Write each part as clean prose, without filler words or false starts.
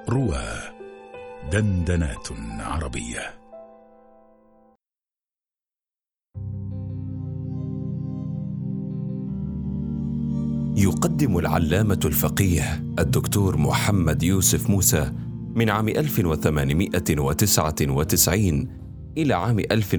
روى دندنات عربية. يقدم العلامة الفقيه الدكتور محمد يوسف موسى من عام 1899 إلى عام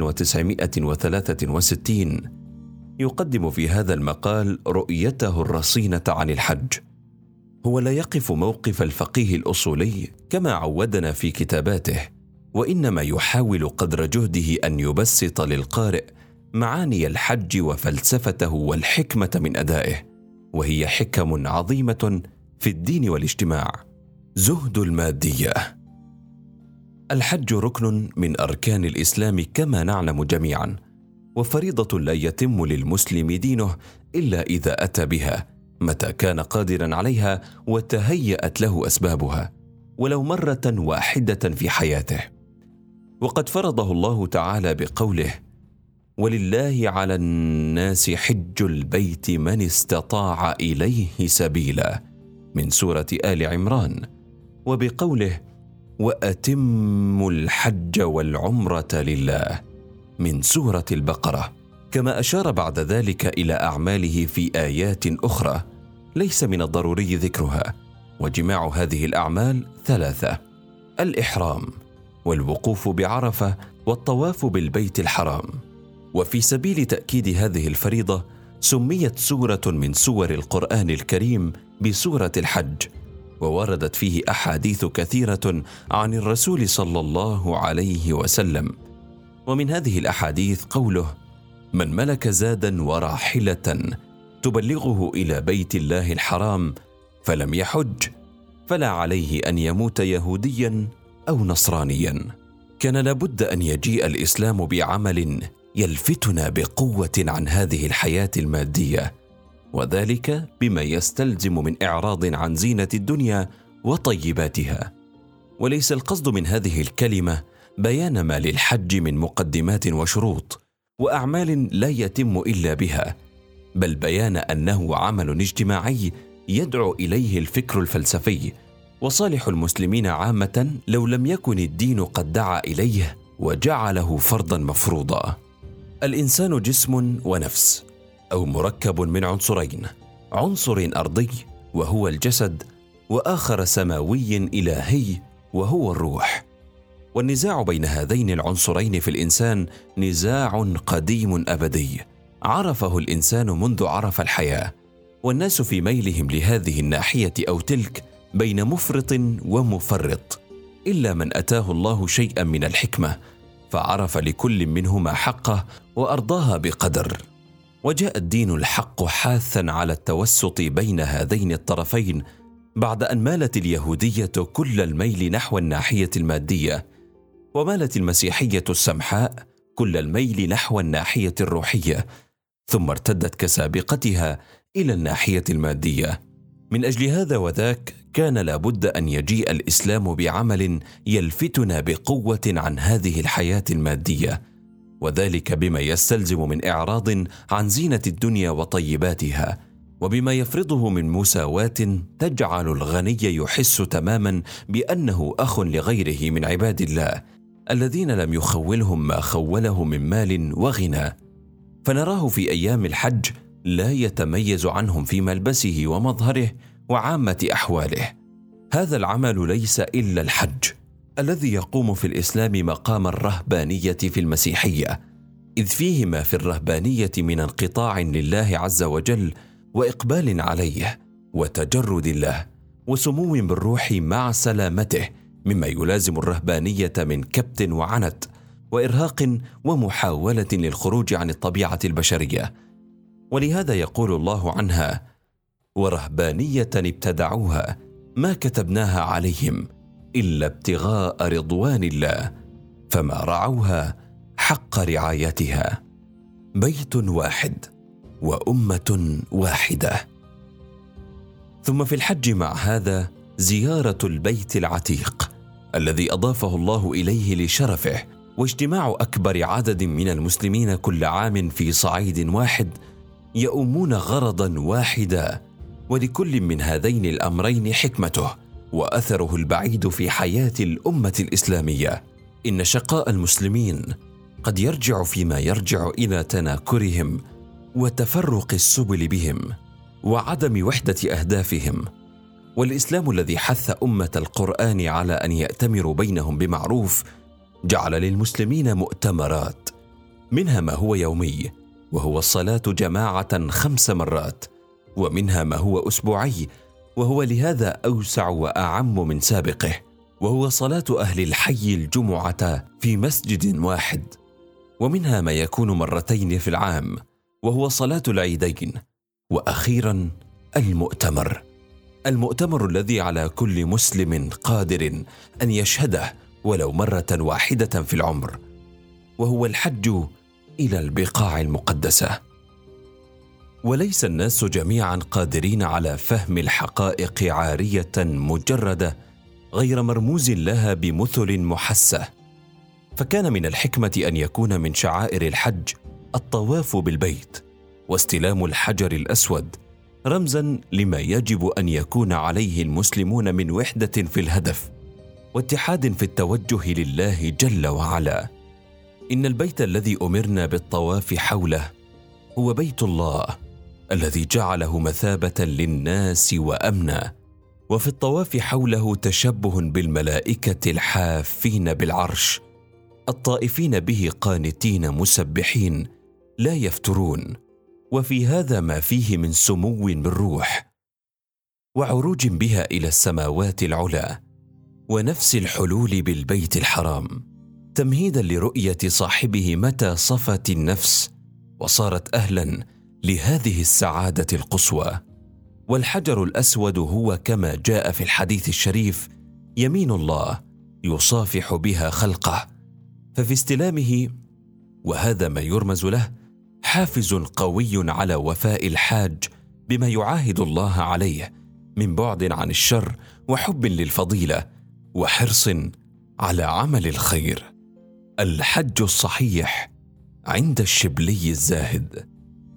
1963 يقدم في هذا المقال رؤيته الرصينة عن الحج. هو لا يقف موقف الفقيه الأصولي كما عودنا في كتاباته، وإنما يحاول قدر جهده أن يبسط للقارئ معاني الحج وفلسفته والحكمة من أدائه، وهي حكم عظيمة في الدين والاجتماع. زهد المادية. الحج ركن من أركان الإسلام كما نعلم جميعا، وفريضة لا يتم للمسلم دينه إلا إذا أتى بها متى كان قادرا عليها وتهيأت له أسبابها، ولو مرة واحدة في حياته. وقد فرضه الله تعالى بقوله: ولله على الناس حج البيت من استطاع إليه سبيلا، من سورة آل عمران، وبقوله: وأتموا الحج والعمرة لله، من سورة البقرة. كما أشار بعد ذلك إلى أعماله في آيات أخرى ليس من الضروري ذكرها، وجماع هذه الأعمال ثلاثة: الإحرام، والوقوف بعرفة، والطواف بالبيت الحرام. وفي سبيل تأكيد هذه الفريضة سميت سورة من سور القرآن الكريم بسورة الحج، ووردت فيه أحاديث كثيرة عن الرسول صلى الله عليه وسلم. ومن هذه الأحاديث قوله: من ملك زادا وراحلة تبلغه إلى بيت الله الحرام فلم يحج فلا عليه أن يموت يهوديا أو نصرانيا. كان لابد أن يجيء الإسلام بعمل يلفتنا بقوة عن هذه الحياة المادية، وذلك بما يستلزم من إعراض عن زينة الدنيا وطيباتها. وليس القصد من هذه الكلمة بيان ما للحج من مقدمات وشروط وأعمال لا يتم إلا بها، بل بيان أنه عمل اجتماعي يدعو إليه الفكر الفلسفي وصالح المسلمين عامة، لو لم يكن الدين قد دعا إليه وجعله فرضا مفروضا. الإنسان جسم ونفس، أو مركب من عنصرين: عنصر أرضي وهو الجسد، وآخر سماوي إلهي وهو الروح. والنزاع بين هذين العنصرين في الإنسان نزاع قديم أبدي عرفه الإنسان منذ عرف الحياة، والناس في ميلهم لهذه الناحية أو تلك بين مفرط ومفرط، إلا من أتاه الله شيئا من الحكمة فعرف لكل منهما حقه وأرضاها بقدر. وجاء الدين الحق حاثا على التوسط بين هذين الطرفين، بعد أن مالت اليهودية كل الميل نحو الناحية المادية، ومالت المسيحية السمحاء كل الميل نحو الناحية الروحية، ثم ارتدت كسابقتها إلى الناحية المادية. من أجل هذا وذاك كان لابد أن يجيء الإسلام بعمل يلفتنا بقوة عن هذه الحياة المادية، وذلك بما يستلزم من إعراض عن زينة الدنيا وطيباتها، وبما يفرضه من مساواة تجعل الغني يحس تماما بأنه أخ لغيره من عباد الله الذين لم يخولهم ما خوله من مال وغنى، فنراه في أيام الحج لا يتميز عنهم في ملبسه ومظهره وعامة أحواله. هذا العمل ليس إلا الحج الذي يقوم في الإسلام مقام الرهبانية في المسيحية، إذ فيه ما في الرهبانية من انقطاع لله عز وجل وإقبال عليه وتجرد له وسمو بالروح مع سلامته، مما يلازم الرهبانية من كبت وعنت وإرهاق ومحاولة للخروج عن الطبيعة البشرية. ولهذا يقول الله عنها: ورهبانية ابتدعوها ما كتبناها عليهم إلا ابتغاء رضوان الله فما رعوها حق رعايتها. بيت واحد وأمة واحدة. ثم في الحج مع هذا زيارة البيت العتيق الذي أضافه الله إليه لشرفه، واجتماع أكبر عدد من المسلمين كل عام في صعيد واحد يؤمون غرضا واحدا، ولكل من هذين الأمرين حكمته وأثره البعيد في حياة الأمة الإسلامية. إن شقاء المسلمين قد يرجع فيما يرجع إلى تناكرهم وتفرق السبل بهم وعدم وحدة أهدافهم. والإسلام الذي حث أمة القرآن على أن يأتمروا بينهم بمعروف جعل للمسلمين مؤتمرات، منها ما هو يومي وهو الصلاة جماعة 5 مرات، ومنها ما هو أسبوعي وهو لهذا أوسع وأعم من سابقه، وهو صلاة أهل الحي الجمعة في مسجد واحد، ومنها ما يكون 2 مرات في العام وهو صلاة العيدين، وأخيرا المؤتمر الذي على كل مسلم قادر أن يشهده ولو مرة واحدة في العمر، وهو الحج إلى البقاع المقدسة. وليس الناس جميعا قادرين على فهم الحقائق عارية مجردة غير مرموز لها بمثل محسة، فكان من الحكمة أن يكون من شعائر الحج الطواف بالبيت واستلام الحجر الأسود، رمزا لما يجب أن يكون عليه المسلمون من وحدة في الهدف واتحاد في التوجه لله جل وعلا. إن البيت الذي أمرنا بالطواف حوله هو بيت الله الذي جعله مثابة للناس وأمنا، وفي الطواف حوله تشبه بالملائكة الحافين بالعرش الطائفين به قانتين مسبحين لا يفترون، وفي هذا ما فيه من سمو بالروح وعروج بها إلى السماوات العلى ونفس الحلول بالبيت الحرام، تمهيدا لرؤية صاحبه متى صفت النفس وصارت أهلا لهذه السعادة القصوى. والحجر الأسود هو كما جاء في الحديث الشريف يمين الله يصافح بها خلقه، ففي استلامه وهذا ما يرمز له حافز قوي على وفاء الحاج بما يعاهد الله عليه من بعد عن الشر وحب للفضيلة وحرص على عمل الخير. الحج الصحيح عند الشبلي الزاهد.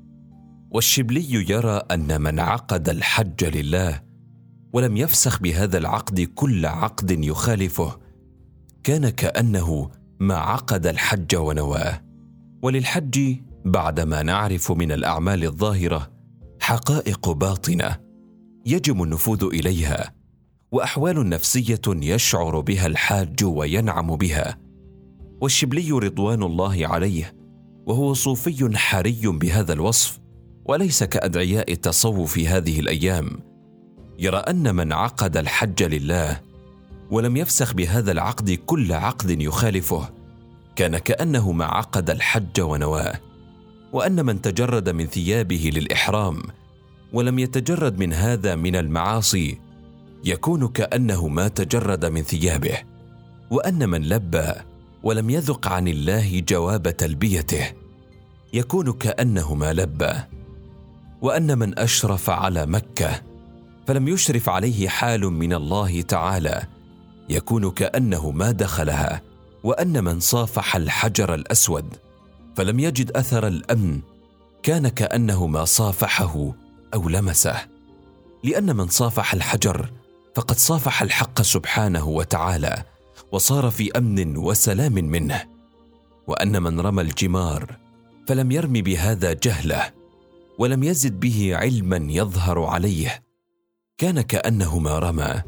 والشبلي يرى أن من عقد الحج لله ولم يفسخ بهذا العقد كل عقد يخالفه كان كأنه ما عقد الحج ونواه. وللحج بعدما نعرف من الأعمال الظاهرة حقائق باطنة يجب النفوذ إليها، وأحوال نفسية يشعر بها الحاج وينعم بها. والشبلي رضوان الله عليه وهو صوفي حري بهذا الوصف وليس كأدعياء التصوف هذه الأيام، يرى أن من عقد الحج لله ولم يفسخ بهذا العقد كل عقد يخالفه كان كأنه ما عقد الحج ونواه، وأن من تجرد من ثيابه للإحرام ولم يتجرد من هذا من المعاصي يكون كأنه ما تجرد من ثيابه، وأن من لبى ولم يذق عن الله جواب تلبيته يكون كأنه ما لبى، وأن من أشرف على مكة فلم يشرف عليه حال من الله تعالى يكون كأنه ما دخلها، وأن من صافح الحجر الأسود فلم يجد أثر الأمن كان كأنه ما صافحه أو لمسه، لأن من صافح الحجر فقد صافح الحق سبحانه وتعالى وصار في أمن وسلام منه، وأن من رمى الجمار فلم يرم بهذا جهله ولم يزد به علما يظهر عليه كان كأنه ما رمى،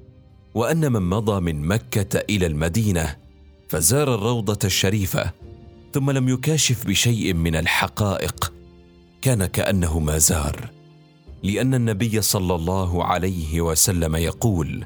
وأن من مضى من مكة إلى المدينة فزار الروضة الشريفة ثم لم يكاشف بشيء من الحقائق كان كأنه ما زار، لأن النبي صلى الله عليه وسلم يقول: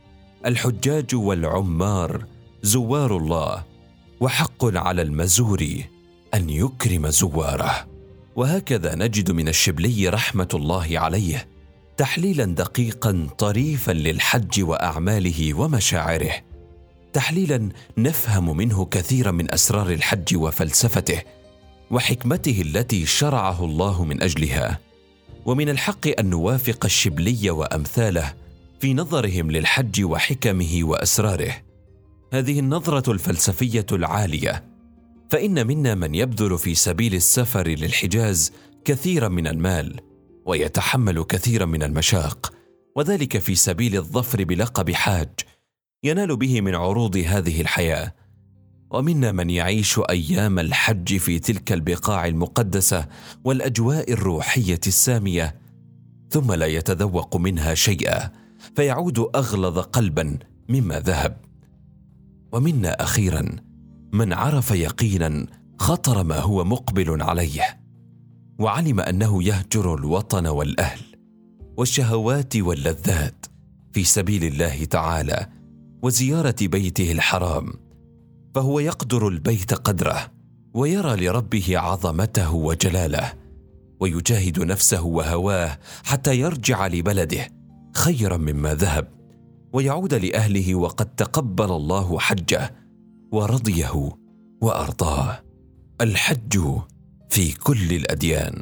الحجاج والعمار زوار الله، وحق على المزور أن يكرم زواره. وهكذا نجد من الشبلي رحمة الله عليه تحليلا دقيقا طريفا للحج وأعماله ومشاعره، تحليلا نفهم منه كثيرا من أسرار الحج وفلسفته وحكمته التي شرعه الله من أجلها. ومن الحق أن نوافق الشبلي وأمثاله في نظرهم للحج وحكمه وأسراره هذه النظرة الفلسفية العالية، فإن منا من يبذل في سبيل السفر للحجاز كثيرا من المال ويتحمل كثيرا من المشاق وذلك في سبيل الظفر بلقب حاج ينال به من عروض هذه الحياة. ومنا من يعيش أيام الحج في تلك البقاع المقدسة والأجواء الروحية السامية، ثم لا يتذوق منها شيئا، فيعود أغلظ قلبا مما ذهب. ومنا أخيرا من عرف يقينا خطر ما هو مقبل عليه، وعلم أنه يهجر الوطن والأهل والشهوات واللذات في سبيل الله تعالى وزيارة بيته الحرام، فهو يقدر البيت قدره ويرى لربه عظمته وجلاله، ويجاهد نفسه وهواه حتى يرجع لبلده خيرا مما ذهب، ويعود لأهله وقد تقبل الله حجه ورضيه وأرضاه. الحج في كل الأديان.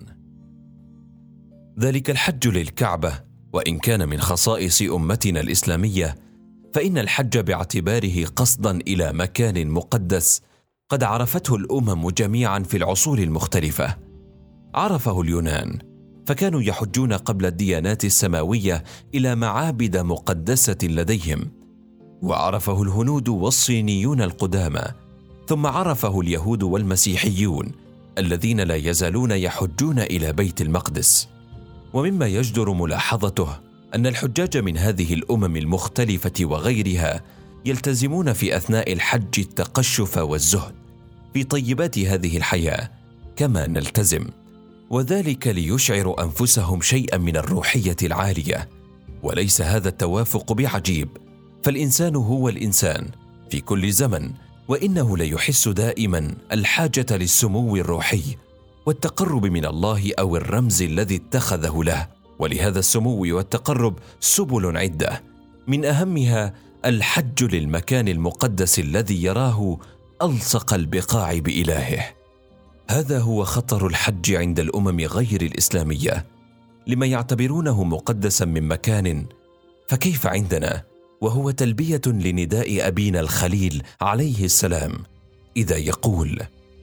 ذلك الحج للكعبة، وإن كان من خصائص أمتنا الإسلامية، فإن الحج باعتباره قصدا إلى مكان مقدس قد عرفته الأمم جميعا في العصور المختلفة. عرفه اليونان، فكانوا يحجون قبل الديانات السماوية إلى معابد مقدسة لديهم، وعرفه الهنود والصينيون القدامى، ثم عرفه اليهود والمسيحيون الذين لا يزالون يحجون إلى بيت المقدس. ومما يجدر ملاحظته أن الحجاج من هذه الأمم المختلفة وغيرها يلتزمون في أثناء الحج التقشف والزهد في طيبات هذه الحياة كما نلتزم، وذلك ليشعروا أنفسهم شيئا من الروحية العالية. وليس هذا التوافق بعجيب، فالإنسان هو الإنسان في كل زمن، وإنه ليحس دائما الحاجة للسمو الروحي والتقرب من الله أو الرمز الذي اتخذه له. ولهذا السمو والتقرب سبل عدة، من أهمها الحج للمكان المقدس الذي يراه ألصق البقاع بإلهه. هذا هو خطر الحج عند الأمم غير الإسلامية، لما يعتبرونه مقدسا من مكان، فكيف عندنا وهو تلبية لنداء أبينا الخليل عليه السلام إذا يقول: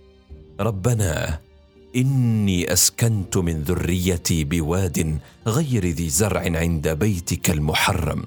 ربنا إني أسكنت من ذريتي بواد غير ذي زرع عند بيتك المحرم،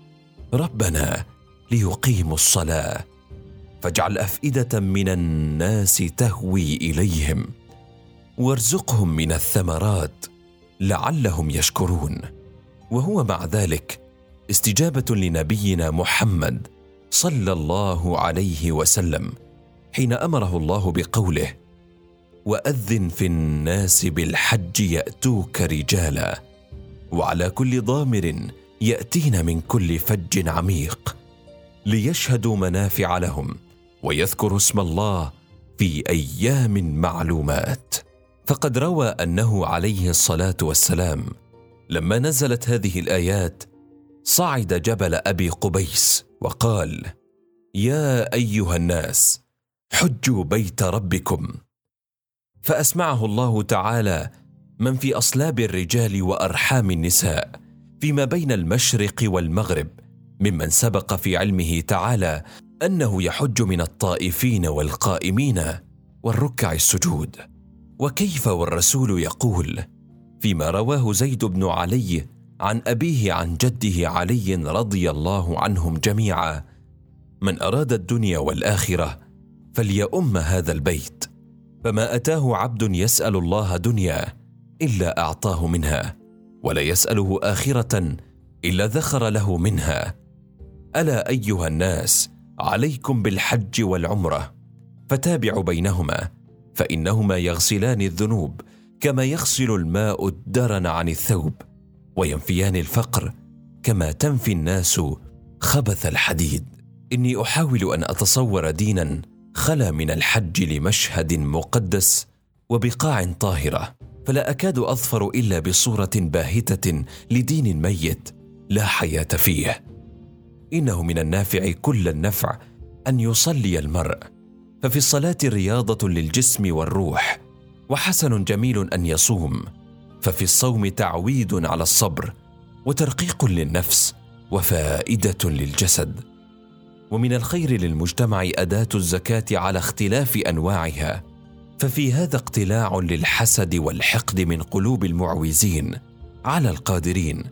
ربنا ليقيموا الصلاة فاجعل أفئدة من الناس تهوي إليهم وارزقهم من الثمرات لعلهم يشكرون. وهو مع ذلك استجابة لنبينا محمد صلى الله عليه وسلم حين أمره الله بقوله: وأذن في الناس بالحج يأتوك رجالا وعلى كل ضامر يأتين من كل فج عميق ليشهدوا منافع لهم ويذكروا اسم الله في أيام معلومات. فقد روى أنه عليه الصلاة والسلام لما نزلت هذه الآيات صعد جبل أبي قبيس وقال: يا أيها الناس حجوا بيت ربكم، فأسمعه الله تعالى من في أصلاب الرجال وأرحام النساء فيما بين المشرق والمغرب، ممن سبق في علمه تعالى أنه يحج من الطائفين والقائمين والركع السجود. وكيف والرسول يقول فيما رواه زيد بن علي عن أبيه عن جده علي رضي الله عنهم جميعا: من أراد الدنيا والآخرة فليؤم هذا البيت، فما أتاه عبد يسأل الله دنيا إلا أعطاه منها، ولا يسأله آخرة إلا ذخر له منها. ألا أيها الناس عليكم بالحج والعمرة، فتابعوا بينهما، فإنهما يغسلان الذنوب كما يغسل الماء الدرن عن الثوب، وينفيان الفقر كما تنفي الناس خبث الحديد. إني أحاول أن أتصور دينا خلا من الحج لمشهد مقدس وبقاع طاهرة، فلا أكاد أظفر إلا بصورة باهتة لدين ميت لا حياة فيه. إنه من النافع كل النفع أن يصلي المرء، ففي الصلاة رياضة للجسم والروح، وحسن جميل أن يصوم، ففي الصوم تعويد على الصبر وترقيق للنفس وفائدة للجسد. ومن الخير للمجتمع أداة الزكاة على اختلاف أنواعها، ففي هذا اقتلاع للحسد والحقد من قلوب المعوزين على القادرين،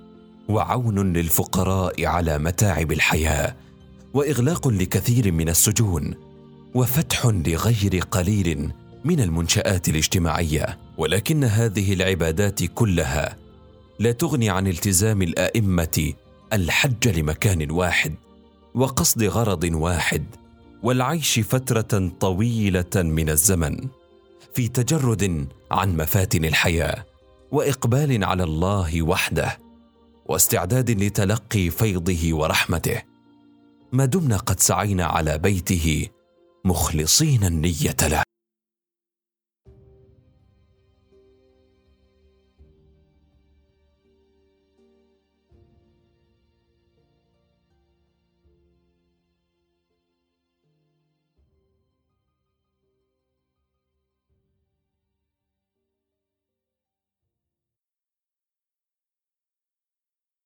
وعون للفقراء على متاعب الحياة، وإغلاق لكثير من السجون، وفتح لغير قليل من المنشآت الاجتماعية. ولكن هذه العبادات كلها لا تغني عن التزام الآئمة الحج لمكان واحد وقصد غرض واحد، والعيش فترة طويلة من الزمن في تجرد عن مفاتن الحياة، وإقبال على الله وحده، واستعداد لتلقي فيضه ورحمته، ما دمنا قد سعينا على بيته مخلصين النية له.